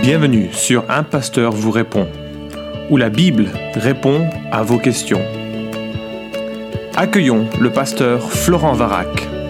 Bienvenue sur Un Pasteur vous répond, où la Bible répond à vos questions. Accueillons le pasteur Florent Varac.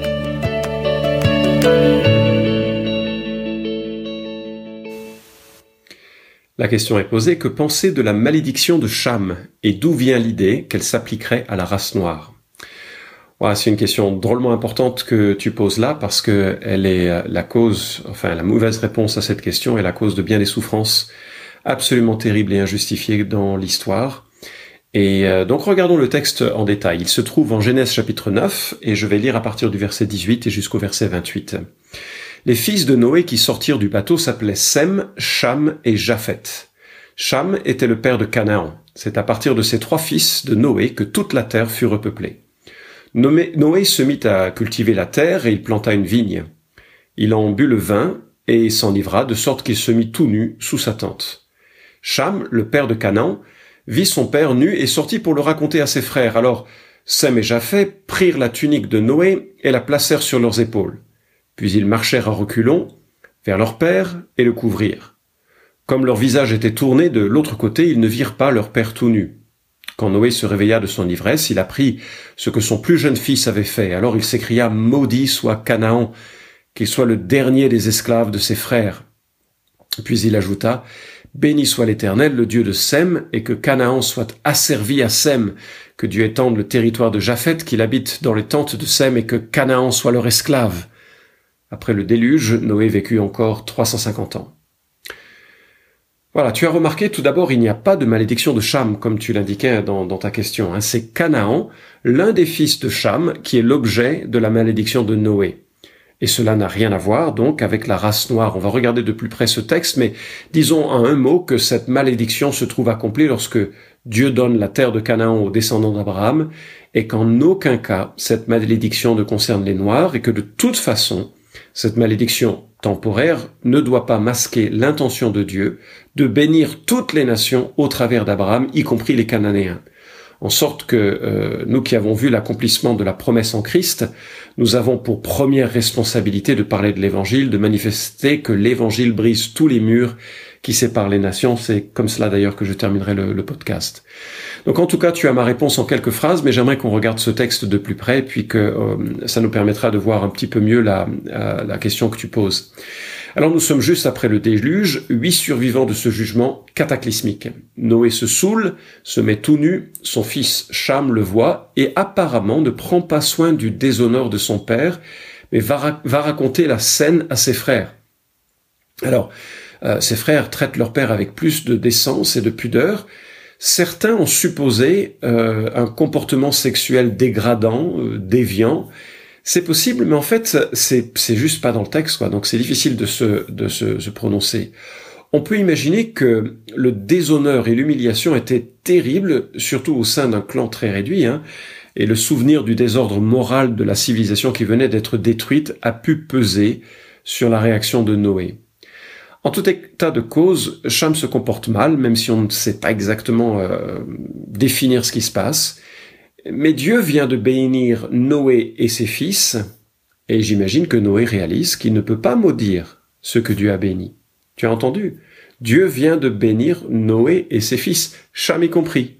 La question est posée, que penser de la malédiction de Cham et d'où vient l'idée qu'elle s'appliquerait à la race noire? Voilà, c'est une question drôlement importante que tu poses là parce que elle est la mauvaise réponse à cette question est la cause de bien des souffrances absolument terribles et injustifiées dans l'histoire. Et donc regardons le texte en détail. Il se trouve en Genèse chapitre 9 et je vais lire à partir du verset 18 et jusqu'au verset 28. Les fils de Noé qui sortirent du bateau s'appelaient Sem, Cham et Japheth. Cham était le père de Canaan. C'est à partir de ces trois fils de Noé que toute la terre fut repeuplée. Noé se mit à cultiver la terre et il planta une vigne. Il en but le vin et s'enivra de sorte qu'il se mit tout nu sous sa tente. Cham, le père de Canaan, vit son père nu et sortit pour le raconter à ses frères. Alors Sem et Japheth prirent la tunique de Noé et la placèrent sur leurs épaules. Puis ils marchèrent à reculons vers leur père et le couvrirent. Comme leur visage était tourné de l'autre côté, ils ne virent pas leur père tout nu. Quand Noé se réveilla de son ivresse, il apprit ce que son plus jeune fils avait fait. Alors il s'écria « Maudit soit Canaan, qu'il soit le dernier des esclaves de ses frères. » Puis il ajouta « Béni soit l'Éternel, le Dieu de Sem, et que Canaan soit asservi à Sem, que Dieu étende le territoire de Japheth, qu'il habite dans les tentes de Sem, et que Canaan soit leur esclave. » Après le déluge, Noé vécut encore 350 ans. Voilà, tu as remarqué, tout d'abord, il n'y a pas de malédiction de Cham, comme tu l'indiquais dans ta question. C'est Canaan, l'un des fils de Cham, qui est l'objet de la malédiction de Noé. Et cela n'a rien à voir, donc, avec la race noire. On va regarder de plus près ce texte, mais disons en un mot que cette malédiction se trouve accomplie lorsque Dieu donne la terre de Canaan aux descendants d'Abraham, et qu'en aucun cas, cette malédiction ne concerne les Noirs, et que de toute façon, cette malédiction temporaire ne doit pas masquer l'intention de Dieu de bénir toutes les nations au travers d'Abraham, y compris les Cananéens. En sorte que nous qui avons vu l'accomplissement de la promesse en Christ, nous avons pour première responsabilité de parler de l'Évangile, de manifester que l'Évangile brise tous les murs qui séparent les nations. C'est comme cela d'ailleurs que je terminerai le podcast. Donc en tout cas, tu as ma réponse en quelques phrases, mais j'aimerais qu'on regarde ce texte de plus près, puis que ça nous permettra de voir un petit peu mieux la question que tu poses. Alors nous sommes juste après le déluge, 8 survivants de ce jugement cataclysmique. Noé se saoule, se met tout nu, son fils Cham le voit, et apparemment ne prend pas soin du déshonneur de son père, mais va raconter la scène à ses frères. Alors, ses frères traitent leur père avec plus de décence et de pudeur. Certains ont supposé un comportement sexuel dégradant, déviant. C'est possible, mais en fait, c'est juste pas dans le texte, quoi. Donc c'est difficile de se prononcer. On peut imaginer que le déshonneur et l'humiliation étaient terribles, surtout au sein d'un clan très réduit, et le souvenir du désordre moral de la civilisation qui venait d'être détruite a pu peser sur la réaction de Noé. En tout état de cause, Cham se comporte mal, même si on ne sait pas exactement définir ce qui se passe. Mais Dieu vient de bénir Noé et ses fils, et j'imagine que Noé réalise qu'il ne peut pas maudire ce que Dieu a béni. Tu as entendu? Dieu vient de bénir Noé et ses fils, Cham y compris.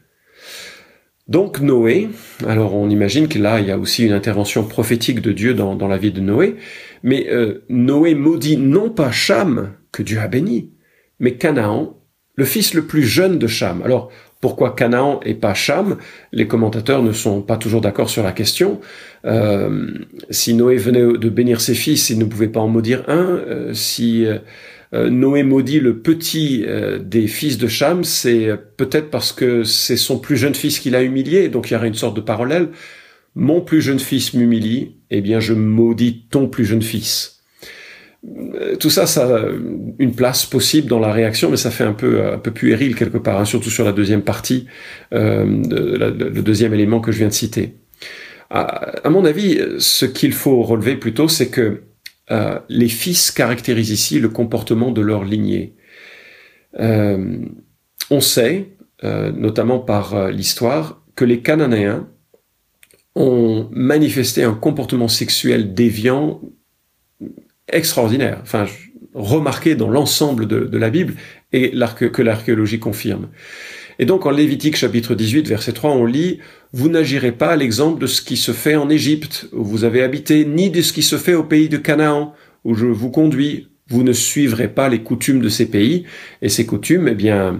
Donc Noé, alors on imagine que là il y a aussi une intervention prophétique de Dieu dans la vie de Noé, mais Noé maudit non pas Cham, que Dieu a béni, mais Canaan, le fils le plus jeune de Cham. Alors, pourquoi Canaan et pas Cham? Les commentateurs ne sont pas toujours d'accord sur la question. Si Noé venait de bénir ses fils, il ne pouvait pas en maudire un. Si Noé maudit le petit des fils de Cham, c'est peut-être parce que c'est son plus jeune fils qui l'a humilié, donc il y aurait une sorte de parallèle. Mon plus jeune fils m'humilie, eh bien je maudis ton plus jeune fils. Tout ça, ça a une place possible dans la réaction, mais ça fait un peu puéril quelque part, surtout sur la deuxième partie, le deuxième élément que je viens de citer. À mon avis, ce qu'il faut relever plutôt, c'est que les fils caractérisent ici le comportement de leur lignée. On sait, notamment par l'histoire, que les Cananéens ont manifesté un comportement sexuel déviant extraordinaire. Enfin, remarqué dans l'ensemble de la Bible et que l'archéologie confirme. Et donc en Lévitique chapitre 18 verset 3 on lit « Vous n'agirez pas à l'exemple de ce qui se fait en Égypte où vous avez habité, ni de ce qui se fait au pays de Canaan où je vous conduis. Vous ne suivrez pas les coutumes de ces pays. » Et ces coutumes, eh bien,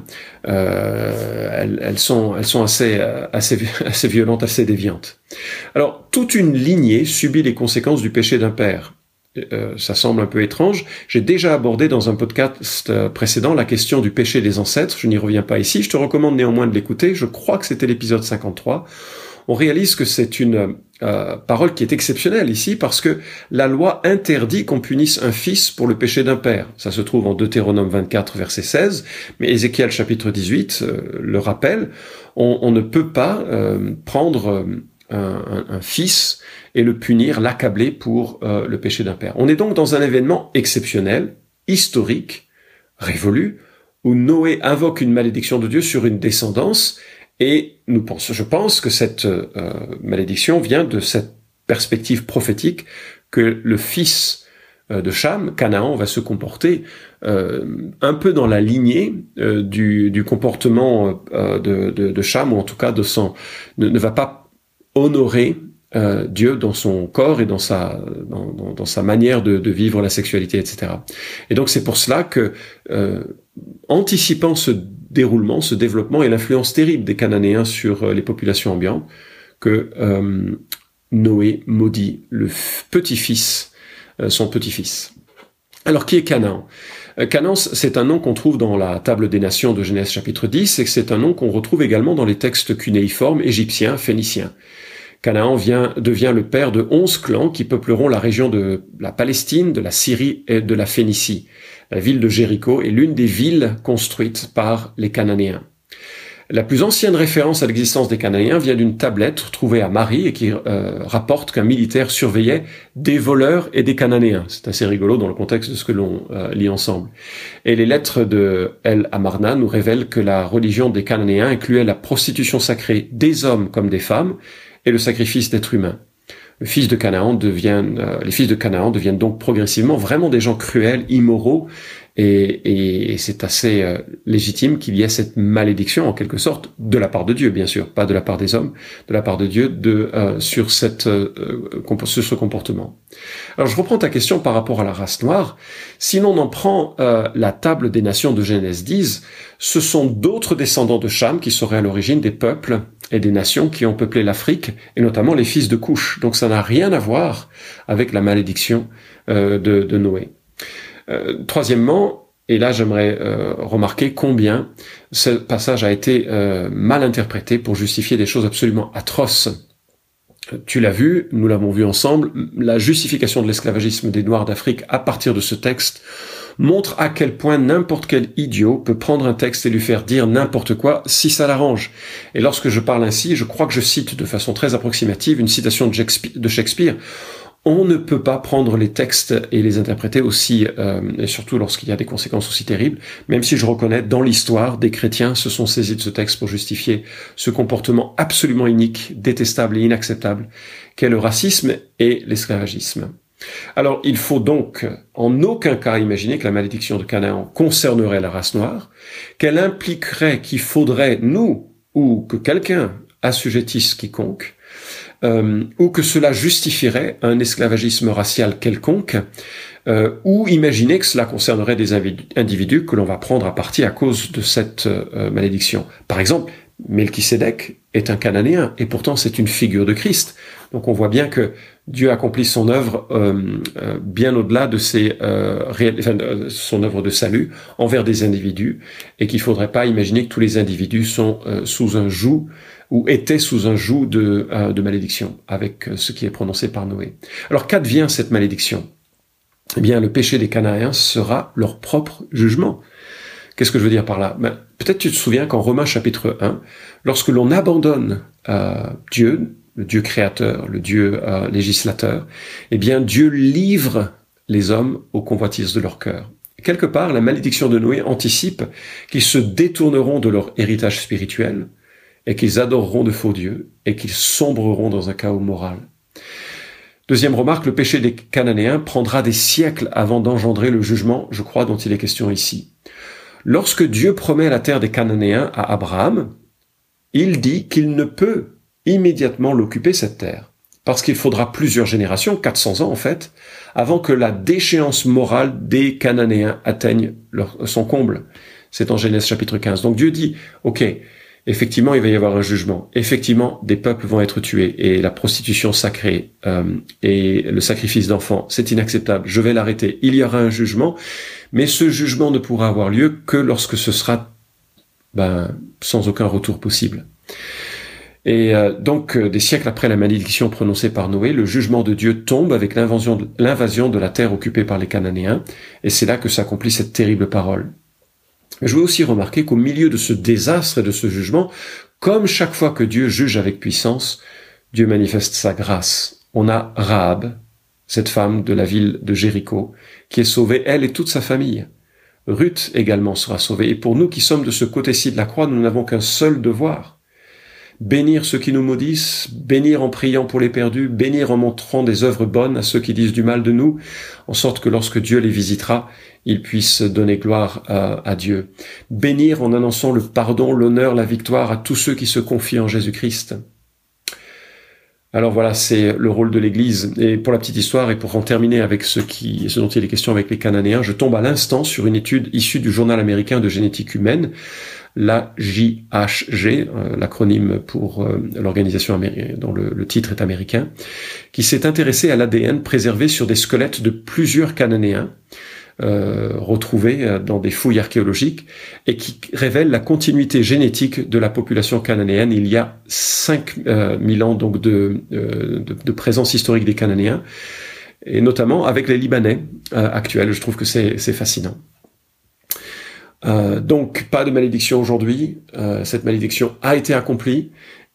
elles sont assez violentes, assez déviantes. Alors, toute une lignée subit les conséquences du péché d'un père. Ça semble un peu étrange. J'ai déjà abordé dans un podcast précédent la question du péché des ancêtres. Je n'y reviens pas ici. Je te recommande néanmoins de l'écouter. Je crois que c'était l'épisode 53. On réalise que c'est une parole qui est exceptionnelle ici parce que la loi interdit qu'on punisse un fils pour le péché d'un père. Ça se trouve en Deutéronome 24, verset 16, mais Ézéchiel chapitre 18 le rappelle. On ne peut pas prendre un fils et le punir, l'accabler pour le péché d'un père. On est donc dans un événement exceptionnel, historique, révolu, où Noé invoque une malédiction de Dieu sur une descendance. Et je pense que cette malédiction vient de cette perspective prophétique que le fils de Cham, Canaan, va se comporter un peu dans la lignée du comportement de Cham, ou en tout cas ne va pas honorer Dieu dans son corps et dans sa manière de vivre la sexualité, etc. Et donc c'est pour cela que, anticipant ce déroulement, ce développement et l'influence terrible des Cananéens sur les populations ambiantes, que Noé maudit le petit-fils, son petit-fils. Alors qui est Canaan ? Canaan, c'est un nom qu'on trouve dans la table des nations de Genèse chapitre 10, et c'est un nom qu'on retrouve également dans les textes cunéiformes égyptiens, phéniciens. Canaan devient le père de 11 clans qui peupleront la région de la Palestine, de la Syrie et de la Phénicie. La ville de Jéricho est l'une des villes construites par les Cananéens. La plus ancienne référence à l'existence des Cananéens vient d'une tablette trouvée à Marie et qui rapporte qu'un militaire surveillait des voleurs et des Cananéens. C'est assez rigolo dans le contexte de ce que l'on lit ensemble. Et les lettres de El Amarna nous révèlent que la religion des Cananéens incluait la prostitution sacrée des hommes comme des femmes et le sacrifice d'êtres humains. Les fils de Canaan deviennent donc progressivement vraiment des gens cruels, immoraux, et c'est assez légitime qu'il y ait cette malédiction, en quelque sorte, de la part de Dieu, bien sûr, pas de la part des hommes, de la part de Dieu, sur ce comportement. Alors je reprends ta question par rapport à la race noire. Si l'on en prend la table des nations de Genèse 10, ce sont d'autres descendants de Cham qui seraient à l'origine des peuples et des nations qui ont peuplé l'Afrique, et notamment les fils de Couch. Donc ça n'a rien à voir avec la malédiction de Noé. Troisièmement, et là j'aimerais remarquer combien ce passage a été mal interprété pour justifier des choses absolument atroces. Tu l'as vu, nous l'avons vu ensemble, la justification de l'esclavagisme des Noirs d'Afrique à partir de ce texte montre à quel point n'importe quel idiot peut prendre un texte et lui faire dire n'importe quoi si ça l'arrange. Et lorsque je parle ainsi, je crois que je cite de façon très approximative une citation de Shakespeare. On ne peut pas prendre les textes et les interpréter aussi, et surtout lorsqu'il y a des conséquences aussi terribles, même si je reconnais dans l'histoire, des chrétiens se sont saisis de ce texte pour justifier ce comportement absolument inique, détestable et inacceptable qu'est le racisme et l'esclavagisme. Alors, il faut donc en aucun cas imaginer que la malédiction de Canaan concernerait la race noire, qu'elle impliquerait qu'il faudrait, nous, ou que quelqu'un assujettisse quiconque, ou que cela justifierait un esclavagisme racial quelconque, ou imaginer que cela concernerait des individus que l'on va prendre à partie à cause de cette malédiction. Par exemple, Melchisédek est un Cananéen, et pourtant c'est une figure de Christ. Donc on voit bien que Dieu accomplit son œuvre bien au-delà de son œuvre de salut envers des individus, et qu'il ne faudrait pas imaginer que tous les individus sont sous un joug ou étaient sous un joug de malédiction, avec ce qui est prononcé par Noé. Alors qu'advient cette malédiction ? Eh bien, le péché des Cananéens sera leur propre jugement. Qu'est-ce que je veux dire par là ? Peut-être tu te souviens qu'en Romains chapitre 1, lorsque l'on abandonne Dieu, le Dieu créateur, le Dieu législateur, eh bien Dieu livre les hommes aux convoitises de leur cœur. Quelque part, la malédiction de Noé anticipe qu'ils se détourneront de leur héritage spirituel et qu'ils adoreront de faux dieux et qu'ils sombreront dans un chaos moral. Deuxième remarque, le péché des Cananéens prendra des siècles avant d'engendrer le jugement, je crois, dont il est question ici. Lorsque Dieu promet la terre des Cananéens à Abraham, il dit qu'il ne peut immédiatement l'occuper, cette terre. Parce qu'il faudra plusieurs générations, 400 ans en fait, avant que la déchéance morale des Cananéens atteigne son comble. C'est en Genèse chapitre 15. Donc Dieu dit, ok, effectivement il va y avoir un jugement, effectivement des peuples vont être tués, et la prostitution sacrée et le sacrifice d'enfants, c'est inacceptable, je vais l'arrêter, il y aura un jugement, mais ce jugement ne pourra avoir lieu que lorsque ce sera sans aucun retour possible. Et donc, des siècles après la malédiction prononcée par Noé, le jugement de Dieu tombe avec l'invasion de la terre occupée par les Cananéens, et c'est là que s'accomplit cette terrible parole. Je veux aussi remarquer qu'au milieu de ce désastre et de ce jugement, comme chaque fois que Dieu juge avec puissance, Dieu manifeste sa grâce. On a Rahab, cette femme de la ville de Jéricho, qui est sauvée, elle et toute sa famille. Ruth également sera sauvée, et pour nous qui sommes de ce côté-ci de la croix, nous n'avons qu'un seul devoir. Bénir ceux qui nous maudissent, bénir en priant pour les perdus, bénir en montrant des œuvres bonnes à ceux qui disent du mal de nous, en sorte que lorsque Dieu les visitera, ils puissent donner gloire à Dieu. Bénir en annonçant le pardon, l'honneur, la victoire à tous ceux qui se confient en Jésus-Christ. Alors voilà, c'est le rôle de l'Église. Et pour la petite histoire, et pour en terminer avec ce dont il est question avec les Cananéens, je tombe à l'instant sur une étude issue du journal américain de génétique humaine, l'AJHG, l'acronyme pour l'organisation américaine, dont le titre est américain, qui s'est intéressé à l'ADN préservé sur des squelettes de plusieurs Cananéens, retrouvés dans des fouilles archéologiques, et qui révèle la continuité génétique de la population cananéenne il y a 5000 ans donc de présence historique des Cananéens, et notamment avec les Libanais actuels. Je trouve que c'est fascinant. Donc pas de malédiction aujourd'hui, cette malédiction a été accomplie,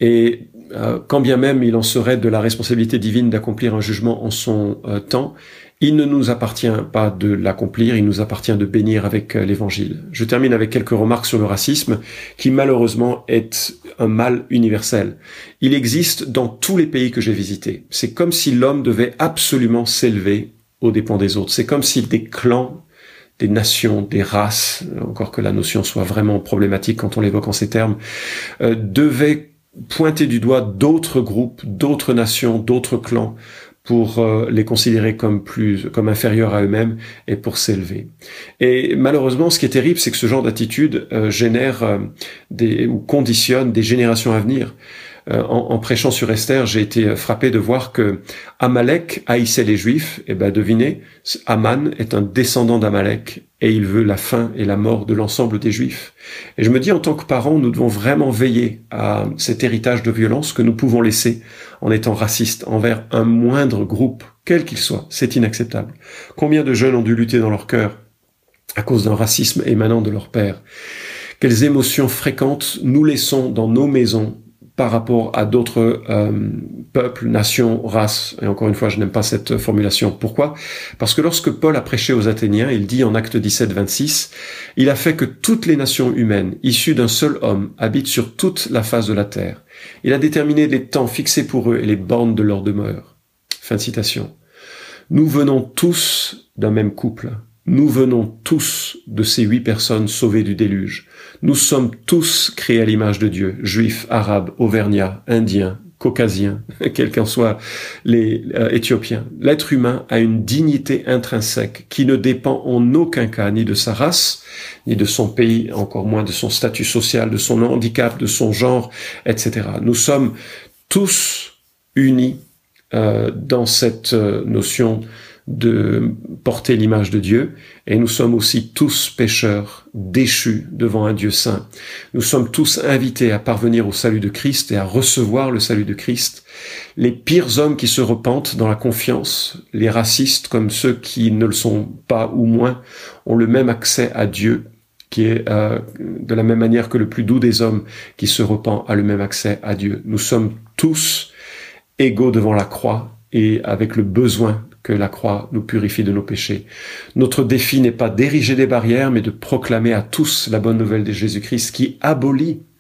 et quand bien même il en serait de la responsabilité divine d'accomplir un jugement en son temps, il ne nous appartient pas de l'accomplir, il nous appartient de bénir avec l'évangile. Je termine avec quelques remarques sur le racisme, qui malheureusement est un mal universel. Il existe dans tous les pays que j'ai visités. C'est comme si l'homme devait absolument s'élever aux dépens des autres. C'est comme si des clans, des nations, des races, encore que la notion soit vraiment problématique quand on l'évoque en ces termes, devaient pointer du doigt d'autres groupes, d'autres nations, d'autres clans, pour les considérer comme inférieurs à eux-mêmes et pour s'élever. Et malheureusement, ce qui est terrible, c'est que ce genre d'attitude génère ou conditionne des générations à venir. En prêchant sur Esther, j'ai été frappé de voir que Amalek haïssait les Juifs. Et devinez, Aman est un descendant d'Amalek et il veut la fin et la mort de l'ensemble des Juifs. Et je me dis, en tant que parents, nous devons vraiment veiller à cet héritage de violence que nous pouvons laisser en étant racistes envers un moindre groupe, quel qu'il soit. C'est inacceptable. Combien de jeunes ont dû lutter dans leur cœur à cause d'un racisme émanant de leur père? Quelles émotions fréquentes nous laissons dans nos maisons par rapport à d'autres peuples, nations, races. Et encore une fois, je n'aime pas cette formulation. Pourquoi ? Parce que lorsque Paul a prêché aux Athéniens, il dit en Actes 17, 26, « Il a fait que toutes les nations humaines, issues d'un seul homme, habitent sur toute la face de la terre. Il a déterminé les temps fixés pour eux et les bornes de leur demeure. » Fin de citation. Nous venons tous d'un même couple. Nous venons tous de ces 8 personnes sauvées du déluge. Nous sommes tous créés à l'image de Dieu, juifs, arabes, auvergnats, indiens, caucasiens, quels qu'en soient les Éthiopiens. L'être humain a une dignité intrinsèque qui ne dépend en aucun cas ni de sa race, ni de son pays, encore moins de son statut social, de son handicap, de son genre, etc. Nous sommes tous unis dans cette notion de porter l'image de Dieu, et nous sommes aussi tous pécheurs, déchus devant un Dieu saint. Nous sommes tous invités à parvenir au salut de Christ et à recevoir le salut de Christ. Les pires hommes qui se repentent dans la confiance, les racistes comme ceux qui ne le sont pas ou moins, ont le même accès à Dieu, qui est de la même manière que le plus doux des hommes qui se repent a le même accès à Dieu. Nous sommes tous égaux devant la croix et avec le besoin que la croix nous purifie de nos péchés. Notre défi n'est pas d'ériger des barrières, mais de proclamer à tous la bonne nouvelle de Jésus-Christ qui abolit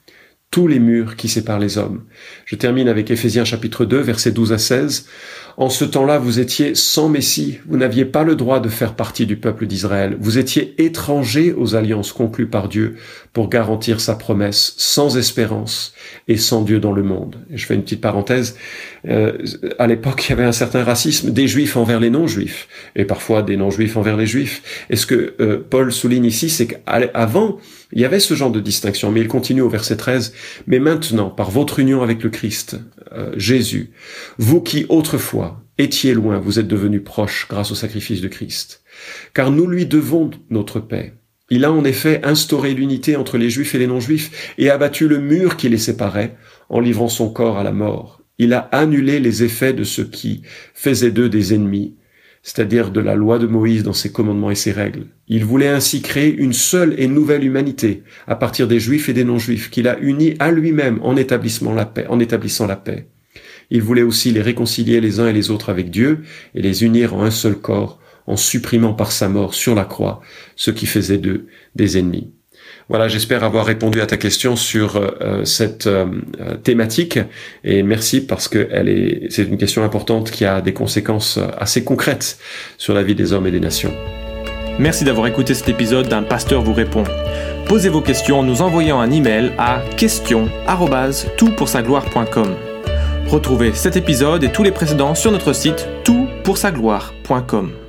tous les murs qui séparent les hommes. Je termine avec Éphésiens chapitre 2, versets 12 à 16. En ce temps-là, vous étiez sans Messie, vous n'aviez pas le droit de faire partie du peuple d'Israël, vous étiez étrangers aux alliances conclues par Dieu pour garantir sa promesse, sans espérance et sans Dieu dans le monde. Et je fais une petite parenthèse, à l'époque, il y avait un certain racisme des Juifs envers les non-Juifs, et parfois des non-Juifs envers les Juifs. Et ce que Paul souligne ici, c'est qu'avant, il y avait ce genre de distinction, mais il continue au verset 13, « Mais maintenant, par votre union avec le Christ, Jésus, vous qui autrefois étiez loin, vous êtes devenus proches grâce au sacrifice de Christ. Car nous lui devons notre paix. Il a en effet instauré l'unité entre les Juifs et les non-Juifs et abattu le mur qui les séparait en livrant son corps à la mort. Il a annulé les effets de ce qui faisait d'eux des ennemis, c'est-à-dire de la loi de Moïse dans ses commandements et ses règles. Il voulait ainsi créer une seule et nouvelle humanité à partir des Juifs et des non-Juifs qu'il a unis à lui-même en établissant la paix. Il voulait aussi les réconcilier les uns et les autres avec Dieu et les unir en un seul corps en supprimant par sa mort sur la croix ce qui faisait d'eux des ennemis. Voilà, j'espère avoir répondu à ta question sur cette thématique et merci parce que c'est une question importante qui a des conséquences assez concrètes sur la vie des hommes et des nations. Merci d'avoir écouté cet épisode d'Un pasteur vous répond. Posez vos questions en nous envoyant un email à questions@toutpoursagloire.com. Retrouvez cet épisode et tous les précédents sur notre site toutpoursagloire.com.